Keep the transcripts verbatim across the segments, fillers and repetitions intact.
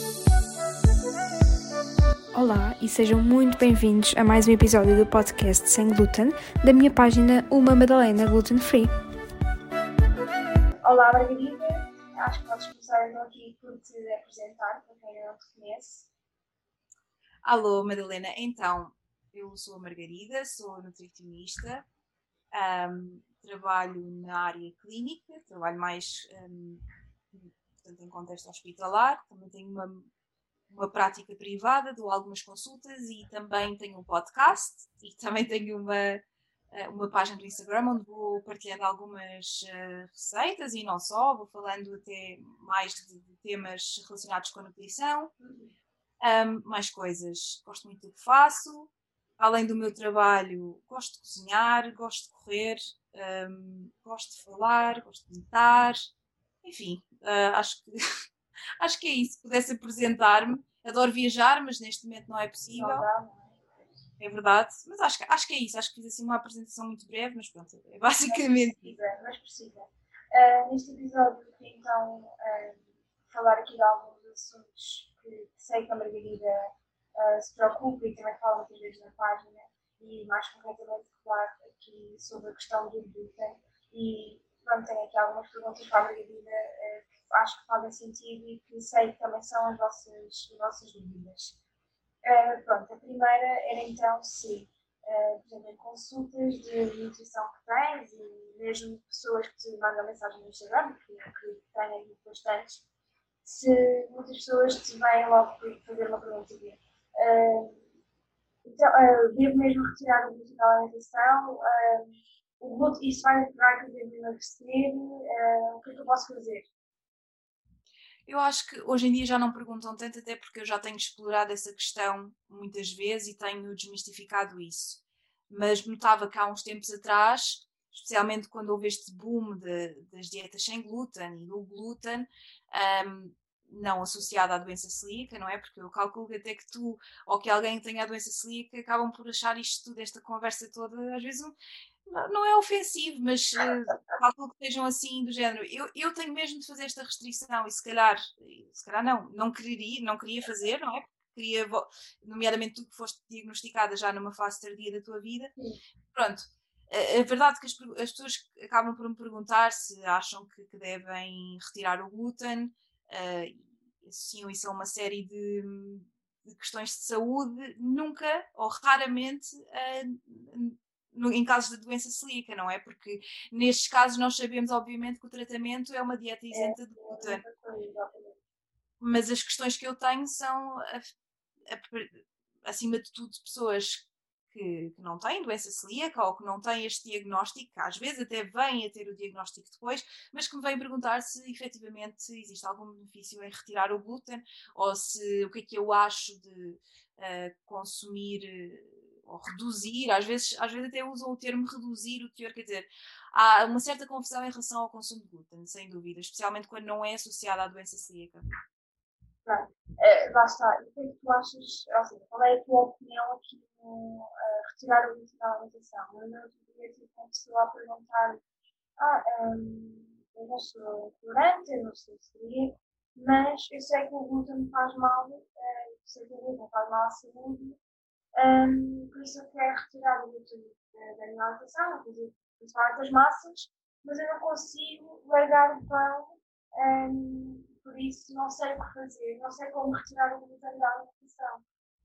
Olá e sejam muito bem-vindos a mais um episódio do podcast Sem Glúten, da minha página Uma Madalena Gluten Free. Olá Margarida, acho que podes começar então aqui por te apresentar, para quem não te conhece. Alô Madalena, então, eu sou a Margarida, sou nutricionista, um, trabalho na área clínica, trabalho mais um, portanto, em contexto hospitalar, também tenho uma uma prática privada, dou algumas consultas e também tenho um podcast e também tenho uma, uma página do Instagram onde vou partilhando algumas uh, receitas e não só, vou falando até mais de, de temas relacionados com a nutrição, um, mais coisas. Gosto muito do que faço. Além do meu trabalho, gosto de cozinhar, gosto de correr, um, gosto de falar, gosto de meditar, enfim, uh, acho que Acho que é isso, se pudesse apresentar-me. Adoro viajar, mas neste momento não é possível. Não dá, não é? É verdade. Mas acho, acho que é isso. Acho que fiz assim uma apresentação muito breve, mas pronto, é basicamente mas precisa, mas precisa. Uh, neste episódio, queria então uh, falar aqui de alguns assuntos que sei que a Margarida uh, se preocupa e também fala muitas vezes na página, e mais concretamente, claro, aqui sobre a questão do glúten. E pronto, tenho aqui algumas perguntas para a Margarida uh, que acho que fazem sentido e que sei que também são as vossas, as vossas dúvidas. Uh, pronto, a primeira era então se, uh, por exemplo, em consultas de nutrição que tens e mesmo pessoas que te mandam mensagem no Instagram, que, que têm bastantes, se muitas pessoas te vêm logo fazer uma pergunta de uh, então, uh, devo mesmo retirar o glúten da alimentação? Uh, o glúten, isso vai vai fazer me emagrecer? Uh, o que é que eu posso fazer? Eu acho que hoje em dia já não perguntam tanto, até porque eu já tenho explorado essa questão muitas vezes e tenho desmistificado isso. Mas notava que há uns tempos atrás, especialmente quando houve este boom de, das dietas sem glúten e do glúten, um, não associado à doença celíaca, não é? Porque eu calculo que até que tu ou que alguém tenha a doença celíaca acabam por achar isto tudo, esta conversa toda, às vezes um, não é ofensivo, mas uh, calculo que estejam assim do género. Eu, eu tenho mesmo de fazer esta restrição e se calhar, se calhar não, não queria, não queria fazer, não é? Porque queria, nomeadamente tu que foste diagnosticada já numa fase tardia da tua vida. Pronto. É verdade que as, as pessoas acabam por me perguntar se acham que, que devem retirar o glúten, uh, associam isso a uma série de, de questões de saúde, nunca ou raramente uh, no, em casos de doença celíaca, não é? Porque nestes casos nós sabemos obviamente que o tratamento é uma dieta isenta de glúten. Mas as questões que eu tenho são, a, a, acima de tudo, de pessoas que, que não têm doença celíaca ou que não têm este diagnóstico, que às vezes até vêm a ter o diagnóstico depois, mas que me vêm perguntar se efetivamente existe algum benefício em retirar o glúten ou se o que é que eu acho de uh, consumir uh, ou reduzir, às vezes, às vezes até usam o termo reduzir o teor, quer dizer, há uma certa confusão em relação ao consumo de glúten, sem dúvida, especialmente quando não é associada à doença celíaca. Claro. Uh, lá está. E o que é que tu achas, ou seja, qual é a tua opinião aqui no uh, retirar o glúten da alimentação? Eu não tive tipo, uma pessoa a perguntar, ah, um, eu não sou intolerante, eu não sou celíaco, mas eu sei que o glúten me faz mal, uh, eu sei que o glúten faz mal à saúde, um, por isso eu quero retirar o glúten da, da minha alimentação, principalmente das massas, mas eu não consigo largar o pão. Um, por isso não sei o que fazer, não sei como retirar o glúten da alimentação.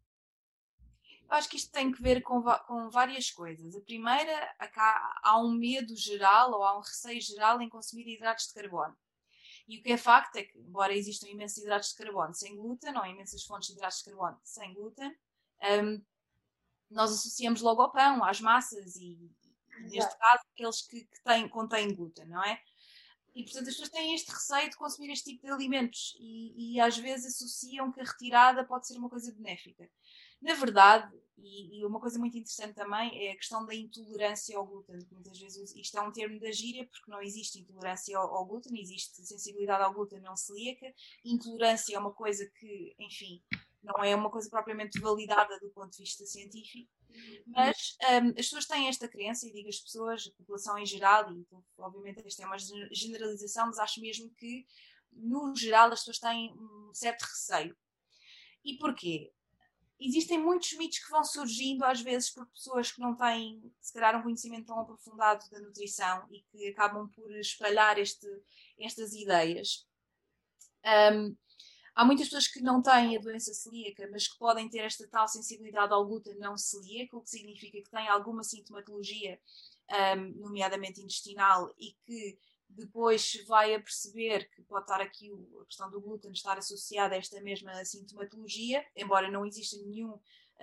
Eu acho que isto tem que ver com, com várias coisas. A primeira, há, há um medo geral ou há um receio geral em consumir hidratos de carbono. E o que é facto é que, embora existam imensos hidratos de carbono sem glúten, ou imensas fontes de hidratos de carbono sem glúten, um, nós associamos logo ao pão, às massas e, e neste caso, aqueles que, que têm, contêm glúten, não é? E, portanto, as pessoas têm este receio de consumir este tipo de alimentos e, e às vezes associam que a retirada pode ser uma coisa benéfica. Na verdade, e, e uma coisa muito interessante também é a questão da intolerância ao glúten. Muitas vezes isto é um termo da gíria porque não existe intolerância ao, ao glúten, existe sensibilidade ao glúten não celíaca. Intolerância é uma coisa que, enfim, não é uma coisa propriamente validada do ponto de vista científico. Mas um, as pessoas têm esta crença, e digo as pessoas, a população em geral, e obviamente esta é uma generalização, mas acho mesmo que, no geral, as pessoas têm um certo receio. E porquê? Existem muitos mitos que vão surgindo, às vezes, por pessoas que não têm, se calhar, um conhecimento tão aprofundado da nutrição e que acabam por espalhar este, estas ideias. Um, há muitas pessoas que não têm a doença celíaca, mas que podem ter esta tal sensibilidade ao glúten não celíaco, o que significa que têm alguma sintomatologia, um, nomeadamente intestinal, e que depois vai a perceber que pode estar aqui a questão do glúten estar associada a esta mesma sintomatologia, embora não exista nenhum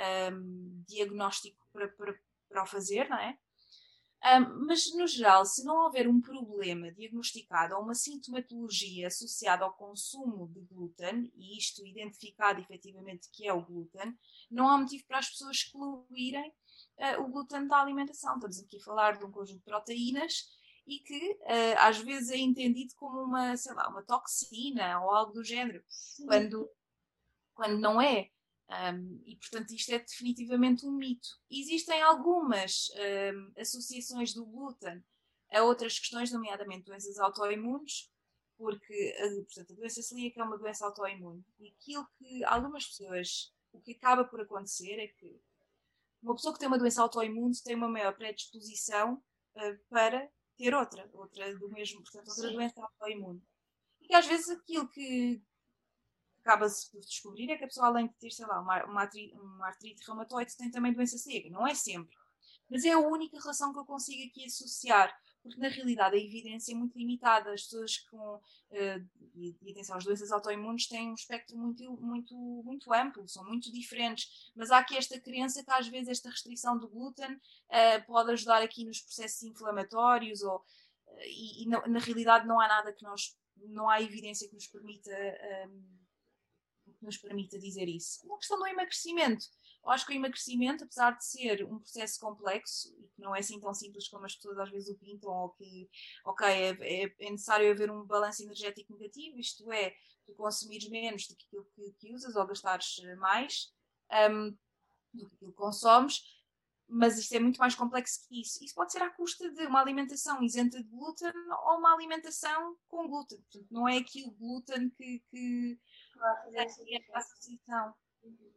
um, diagnóstico para, para, para o fazer, não é? Um, mas, no geral, se não houver um problema diagnosticado ou uma sintomatologia associada ao consumo de glúten, e isto identificado efetivamente que é o glúten, não há motivo para as pessoas excluírem uh, o glúten da alimentação. Estamos aqui a falar de um conjunto de proteínas e que uh, às vezes é entendido como uma, sei lá, uma toxina ou algo do género, quando, quando não é. Um, e, portanto, isto é definitivamente um mito. Existem algumas um, associações do glúten a outras questões, nomeadamente doenças autoimunes, porque uh, portanto, a doença celíaca é uma doença autoimune. E aquilo que algumas pessoas, o que acaba por acontecer é que uma pessoa que tem uma doença autoimune tem uma maior predisposição uh, para ter outra, outra do mesmo, portanto, outra Sim. doença autoimune. E que às vezes aquilo que acaba-se por descobrir é que a pessoa, além de ter, sei lá, uma, uma, artrite, uma artrite reumatoide, tem também doença celíaca. Não é sempre. Mas é a única relação que eu consigo aqui associar, porque na realidade a evidência é muito limitada. As pessoas com, uh, e, e atenção, as doenças autoimunes têm um espectro muito, muito, muito amplo, são muito diferentes, mas há aqui esta crença que às vezes esta restrição do glúten uh, pode ajudar aqui nos processos inflamatórios, ou, uh, e, e na, na realidade não há nada que nós, não há evidência que nos permita... Um, nos permita dizer isso. Uma questão do emagrecimento. Eu acho que o emagrecimento, apesar de ser um processo complexo e que não é assim tão simples como as pessoas às vezes o pintam, ou que, ok, é, é, é necessário haver um balanço energético negativo, isto é, tu consumires menos do que aquilo que, que usas ou gastares mais um, do que aquilo que consomes, mas isto é muito mais complexo que isso. Isso pode ser à custa de uma alimentação isenta de glúten ou uma alimentação com glúten. Portanto, não é aqui o glúten que... que é a associação. Uhum.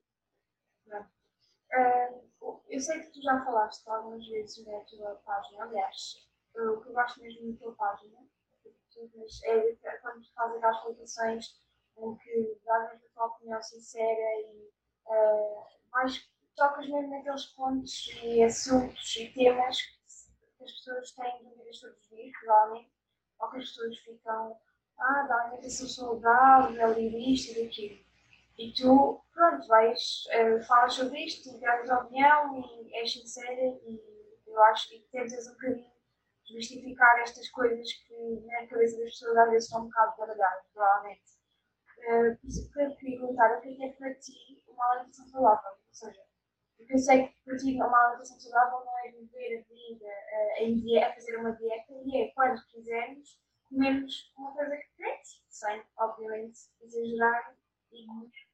Uh, eu sei que tu já falaste algumas vezes na tua página, aliás, o que eu gosto mesmo da tua página é quando fazes as publicações em que dás a tua opinião sincera e uh, mais tocas mesmo naqueles pontos e assuntos e temas que as pessoas têm dúvidas todos os dias, provavelmente, ou que as pessoas ficam, ah, da alimentação saudável e disto e daquilo. E tu, pronto, vais, uh, falas sobre isto, dás a opinião e és sincera, e eu acho que tentas um bocadinho desmistificar estas coisas que na cabeça das pessoas às vezes estão um bocado baralhadas, provavelmente. Uh, por isso, eu queria perguntar o que é para ti uma alimentação saudável? Ou seja, porque eu sei que para ti uma alimentação saudável não é viver a vida uh, em dia, a fazer uma dieta, e é quando quisermos comermos uma coisa que queremos, sem, obviamente, exagerar e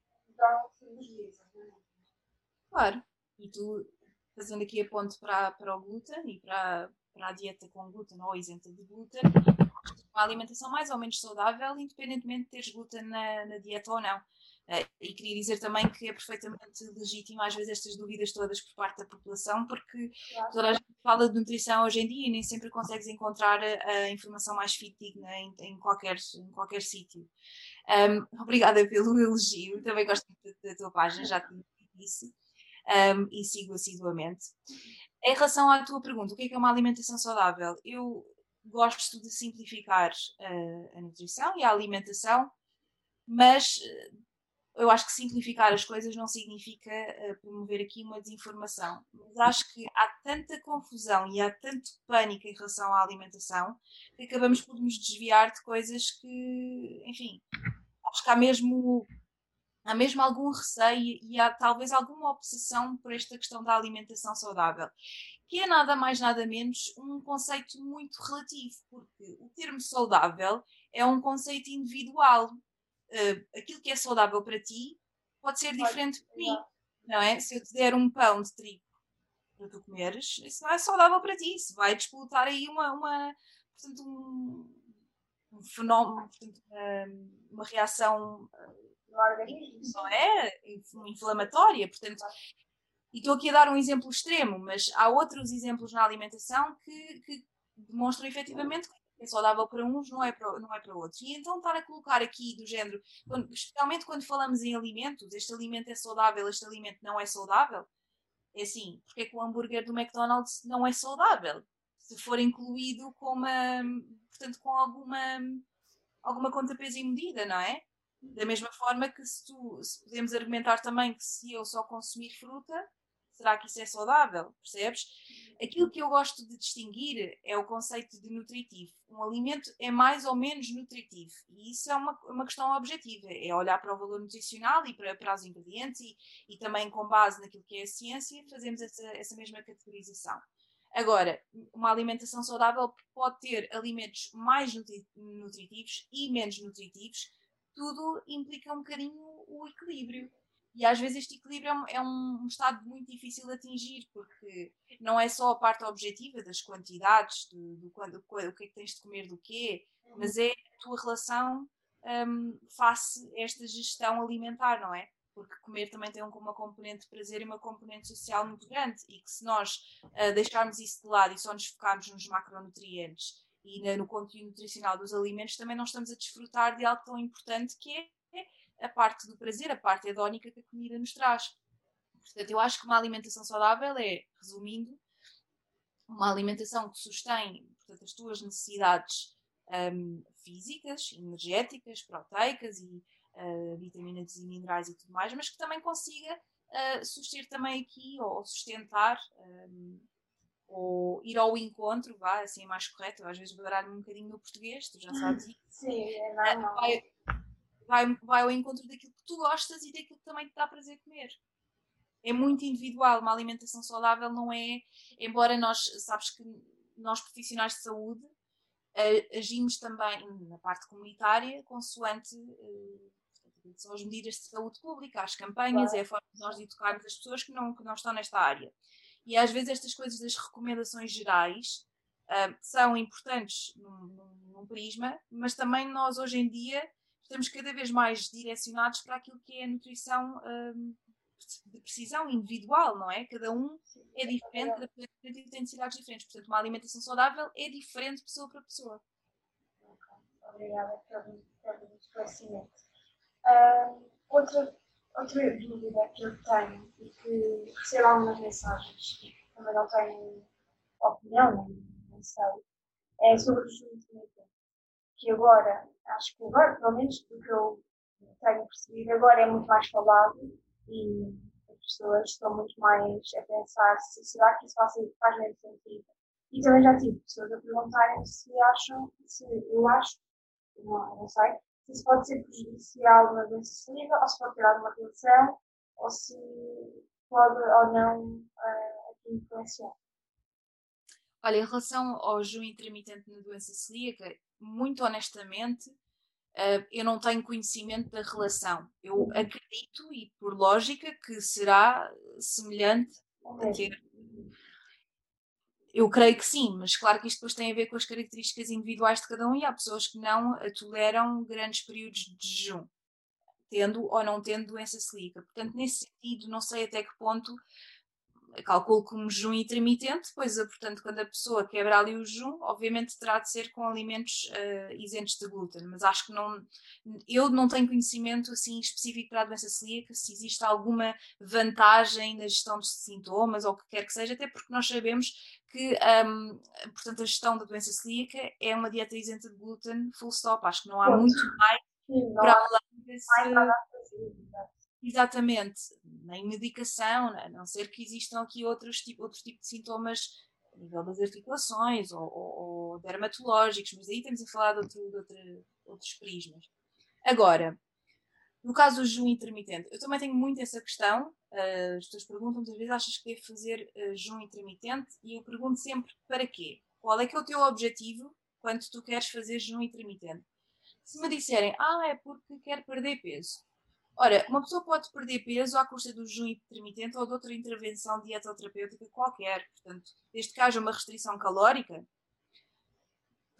Claro, e tu, fazendo aqui a ponte para, para o glúten e para, para a dieta com glúten ou isenta de glúten, uma alimentação mais ou menos saudável, independentemente de teres glúten na, na dieta ou não. Uh, e queria dizer também que é perfeitamente legítimo às vezes estas dúvidas todas por parte da população, porque claro, toda a gente fala de nutrição hoje em dia e nem sempre consegues encontrar a, a informação mais fidedigna em, em qualquer, em qualquer sítio. Um, obrigada pelo elogio, também gosto muito da tua página, já te disse, um, e sigo assiduamente. Em relação à tua pergunta, o que é, que é uma alimentação saudável? Eu gosto de simplificar uh, a nutrição e a alimentação, mas uh, eu acho que simplificar as coisas não significa uh, promover aqui uma desinformação. Mas acho que há tanta confusão e há tanto pânico em relação à alimentação que acabamos por nos desviar de coisas que, enfim, acho que há mesmo, há mesmo algum receio e há talvez alguma obsessão por esta questão da alimentação saudável, que é nada mais nada menos um conceito muito relativo, porque o termo saudável é um conceito individual. Uh, aquilo que é saudável para ti pode ser diferente para mim, não é? Se eu te der um pão de trigo para tu comeres, isso não é saudável para ti, isso vai disputar aí uma, uma, portanto, um, um fenómeno, portanto, uma, uma reação organismo. Não é? Inflamatória, portanto... E estou aqui a dar um exemplo extremo, mas há outros exemplos na alimentação que, que demonstram efetivamente que é saudável para uns, não é para, não é para outros. E então estar a colocar aqui do género, quando, especialmente quando falamos em alimentos, este alimento é saudável, este alimento não é saudável, é assim, porque é que o hambúrguer do McDonald's não é saudável? Se for incluído com uma, portanto, com alguma, alguma conta, peso e medida, não é? Da mesma forma que se, tu, se podemos argumentar também que se eu só consumir fruta, será que isso é saudável? Percebes? Aquilo que eu gosto de distinguir é o conceito de nutritivo. Um alimento é mais ou menos nutritivo. E isso é uma, uma questão objetiva. É olhar para o valor nutricional e para, para os ingredientes e, e também com base naquilo que é a ciência fazemos essa, essa mesma categorização. Agora, uma alimentação saudável pode ter alimentos mais nutri- nutritivos e menos nutritivos. Tudo implica um bocadinho o equilíbrio. E às vezes este equilíbrio é um, é um estado muito difícil de atingir, porque não é só a parte objetiva das quantidades, do, do, do, do, do que é que tens de comer do quê, mas é a tua relação um, face a esta gestão alimentar, não é? Porque comer também tem uma componente de prazer e uma componente social muito grande, e que se nós uh, deixarmos isso de lado e só nos focarmos nos macronutrientes e no conteúdo nutricional dos alimentos, também não estamos a desfrutar de algo tão importante que é a parte do prazer, a parte hedónica que a comida nos traz. Portanto, eu acho que uma alimentação saudável é, resumindo, uma alimentação que sustém, portanto, as tuas necessidades um, físicas, energéticas, proteicas e uh, vitaminas e minerais e tudo mais, mas que também consiga uh, suster também aqui, ou sustentar, um, ou ir ao encontro, vá, assim é mais correto, eu às vezes baralho-me um bocadinho no português, tu já sabes isso. Sim, é normal. Vai, vai, vai ao encontro daquilo que tu gostas e daquilo que também te dá prazer comer. É muito individual, uma alimentação saudável não é, embora nós, sabes que nós profissionais de saúde agimos também na parte comunitária consoante são as medidas de saúde pública, as campanhas, claro. É a forma de nós educarmos as pessoas que não, que não estão nesta área. E às vezes estas coisas das recomendações gerais uh, são importantes num, num, num prisma, mas também nós hoje em dia estamos cada vez mais direcionados para aquilo que é a nutrição um, de precisão individual, não é? Cada um é diferente, cada pessoa é diferente e tem necessidades diferentes. Portanto, uma alimentação saudável é diferente de pessoa para pessoa. Okay. Obrigada pelo, pelo esclarecimento. Uh, outra, outra dúvida que eu tenho e que recebo algumas mensagens e também não tenho opinião, nem, nem sei, é sobre o jejum intermitente. Que agora, acho que agora, pelo menos do que eu tenho percebido, agora é muito mais falado e as pessoas estão muito mais a pensar se será que isso faz, faz mesmo sentido. E também já tive pessoas a perguntarem se acham, se eu acho, não, não sei, se isso pode ser prejudicial na doença celíaca ou se pode ter alguma relação ou se pode ou não uh, aqui influenciar. Olha, em relação ao jejum intermitente na doença celíaca, muito honestamente, uh, eu não tenho conhecimento da relação. Eu uhum. acredito, e por lógica, que será semelhante a ter... Eu creio que sim, mas claro que isto depois tem a ver com as características individuais de cada um e há pessoas que não toleram grandes períodos de jejum, tendo ou não tendo doença celíaca. Portanto, nesse sentido, não sei até que ponto... Calculo como jejum intermitente, pois, portanto, quando a pessoa quebra ali o jejum, obviamente terá de ser com alimentos uh, isentos de glúten, mas acho que não, eu não tenho conhecimento assim específico para a doença celíaca, se existe alguma vantagem na gestão dos sintomas ou o que quer que seja, até porque nós sabemos que, um, portanto, a gestão da doença celíaca é uma dieta isenta de glúten full stop, acho que não há Pronto. muito mais Sim, para além desse... Exatamente, nem medicação, a não ser que existam aqui outros tipo, outro tipo de sintomas a nível das articulações ou, ou, ou dermatológicos, mas aí temos a falar de, outro, de outro, outros prismas. Agora, no caso do jejum intermitente, eu também tenho muito essa questão, uh, as pessoas perguntam muitas vezes, achas que devo fazer uh, jejum intermitente? E eu pergunto sempre, para quê? Qual é que é o teu objetivo quando tu queres fazer jejum intermitente? Se me disserem, ah, é porque quero perder peso. Ora, uma pessoa pode perder peso à custa do jejum intermitente ou de outra intervenção dietoterapêutica qualquer. Portanto, desde que haja uma restrição calórica,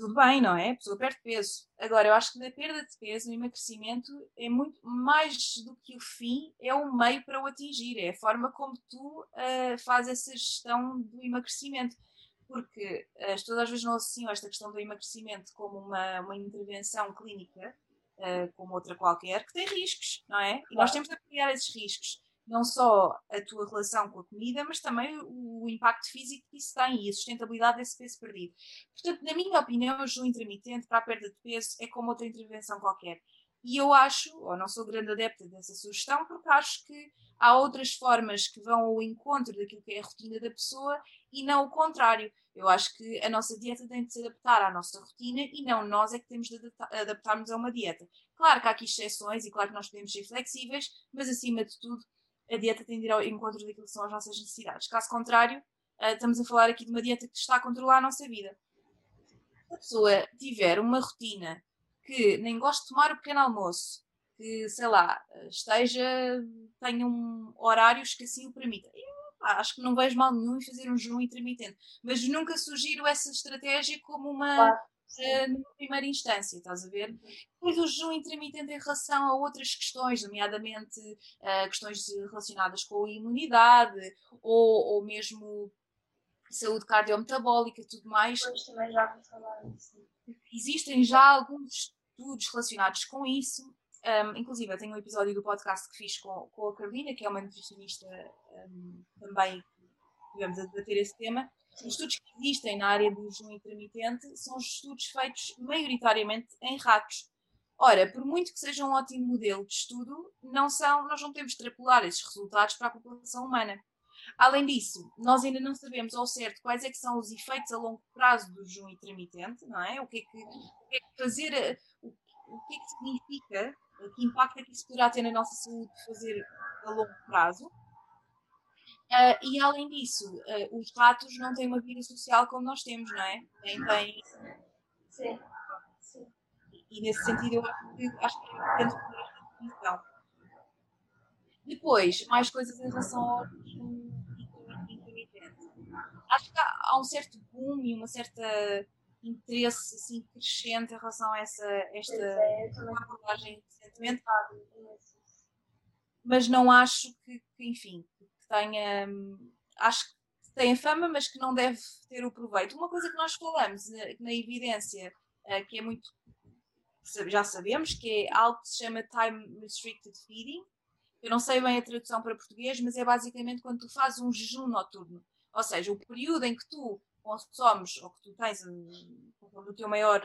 tudo bem, não é? A pessoa perde peso. Agora, eu acho que na perda de peso, o emagrecimento é muito mais do que o fim, é o meio para o atingir, é a forma como tu uh, fazes essa gestão do emagrecimento. Porque as pessoas às vezes não associam esta questão do emagrecimento como uma, uma intervenção clínica, uh, como outra qualquer, que tem riscos, não é? E nós temos de apoiar esses riscos. Não só a tua relação com a comida, mas também o, o impacto físico que isso tem e a sustentabilidade desse peso perdido. Portanto, na minha opinião, o jejum intermitente para a perda de peso é como outra intervenção qualquer. E eu acho, ou não sou grande adepta dessa sugestão, porque acho que há outras formas que vão ao encontro daquilo que é a rotina da pessoa e não o contrário. Eu acho que a nossa dieta tem de se adaptar à nossa rotina e não nós é que temos de adaptar-nos a uma dieta. Claro que há aqui exceções e claro que nós podemos ser flexíveis, mas acima de tudo, a dieta tem de ir ao encontro daquilo que são as nossas necessidades. Caso contrário, estamos a falar aqui de uma dieta que está a controlar a nossa vida. Se a pessoa tiver uma rotina que nem gosta de tomar o pequeno almoço, que, sei lá, esteja, tenha um horários que assim o permitam. Acho que não vejo mal nenhum em fazer um jejum intermitente, mas nunca sugiro essa estratégia como uma... Claro. Uh, numa primeira instância, estás a ver? Depois o jejum intermitente em relação a outras questões, nomeadamente uh, questões relacionadas com a imunidade ou, ou mesmo saúde cardiometabólica e tudo mais. Pois, também já vou falar disso. Existem já alguns estudos relacionados com isso. Um, inclusive, eu tenho um episódio do podcast que fiz com, com a Carolina, que é uma nutricionista um, também, digamos, a debater esse tema. Os estudos que existem na área do jejum intermitente são os estudos feitos maioritariamente em ratos. Ora, por muito que seja um ótimo modelo de estudo, não são, nós não podemos extrapolar esses resultados para a população humana. Além disso, nós ainda não sabemos ao certo quais é que são os efeitos a longo prazo do jejum intermitente, não é? O que é que, o que, é que fazer, o, o que é que significa, que impacto é que isso poderá ter na nossa saúde fazer a longo prazo. Uh, e além disso, uh, os ratos não têm uma vida social como nós temos, não é? Tem, tem... Sim. Sim. E nesse sentido eu acho que, acho que é importante fazer esta definição. Depois, mais coisas em relação ao intermitente. Acho que há, há um certo boom e uma certa interesse assim, crescente em relação a essa, esta é, abordagem recentemente. Mas não acho que, que enfim, tenha, acho que tem fama, mas que não deve ter o proveito. Uma coisa que nós falamos na, na evidência, uh, que é muito, já sabemos, que é algo que se chama Time Restricted Feeding. Eu não sei bem a tradução para português, mas é basicamente quando tu fazes um jejum noturno. Ou seja, o período em que tu consomes, ou que tu tens um, o teu maior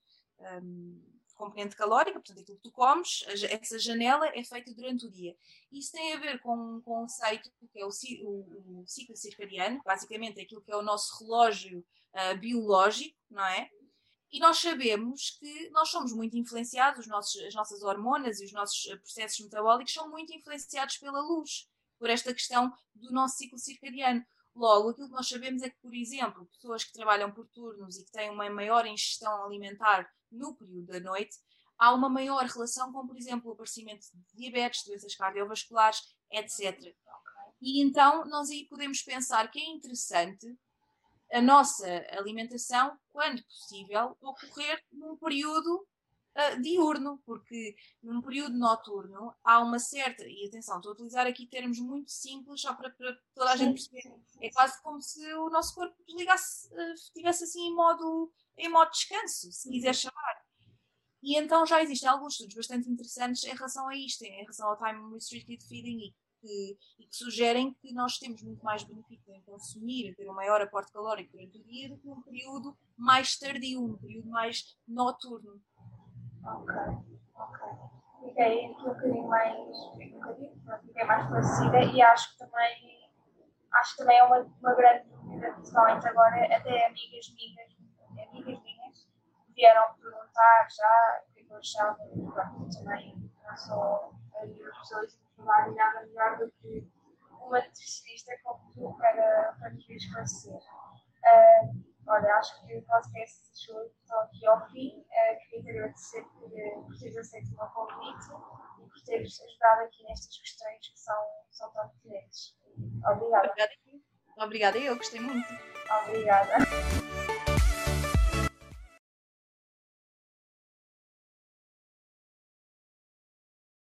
um, componente calórico, portanto, aquilo que tu comes, essa janela é feita durante o dia. Isso tem a ver com um conceito que é o, o, o ciclo circadiano, basicamente aquilo que é o nosso relógio uh, biológico, não é? E nós sabemos que nós somos muito influenciados, os nossos, as nossas hormonas e os nossos processos metabólicos são muito influenciados pela luz, por esta questão do nosso ciclo circadiano. Logo, aquilo que nós sabemos é que, por exemplo, pessoas que trabalham por turnos e que têm uma maior ingestão alimentar no período da noite, há uma maior relação com, por exemplo, o aparecimento de diabetes, doenças cardiovasculares, etcétera. E então nós aí podemos pensar que é interessante a nossa alimentação, quando possível, ocorrer num período uh, diurno, porque num período noturno há uma certa, e atenção, estou a utilizar aqui termos muito simples só para, para toda a gente perceber, é quase como se o nosso corpo desligasse, uh, estivesse assim em modo, em modo descanso, se quiser chamar. E então já existem alguns estudos bastante interessantes em relação a isto, em relação ao Time Restricted Feeding e que, e que sugerem que nós temos muito mais benefício em consumir, ter um maior aporte calórico durante o dia do que num período mais tardio, um período mais noturno. Ok, ok. Fiquei aqui um bocadinho mais, um bocadinho, fiquei mais esclarecida e acho que também, acho que também é uma, uma grande dúvida, principalmente agora, até amigas minhas, amigas minhas vieram perguntar já o que é que eu achava, e pronto, também não sou as pessoas que falarem nada melhor do que uma nutricionista como tu para, para nos vir esclarecer. Uh, olha, acho que o podcast chegou então aqui ao fim. Uh, queria te agradecer por, por teres aceito o meu convite e por teres ajudado aqui nestas questões que são, são tão pertinentes. Obrigada. Obrigada, obrigada, eu gostei muito. Obrigada.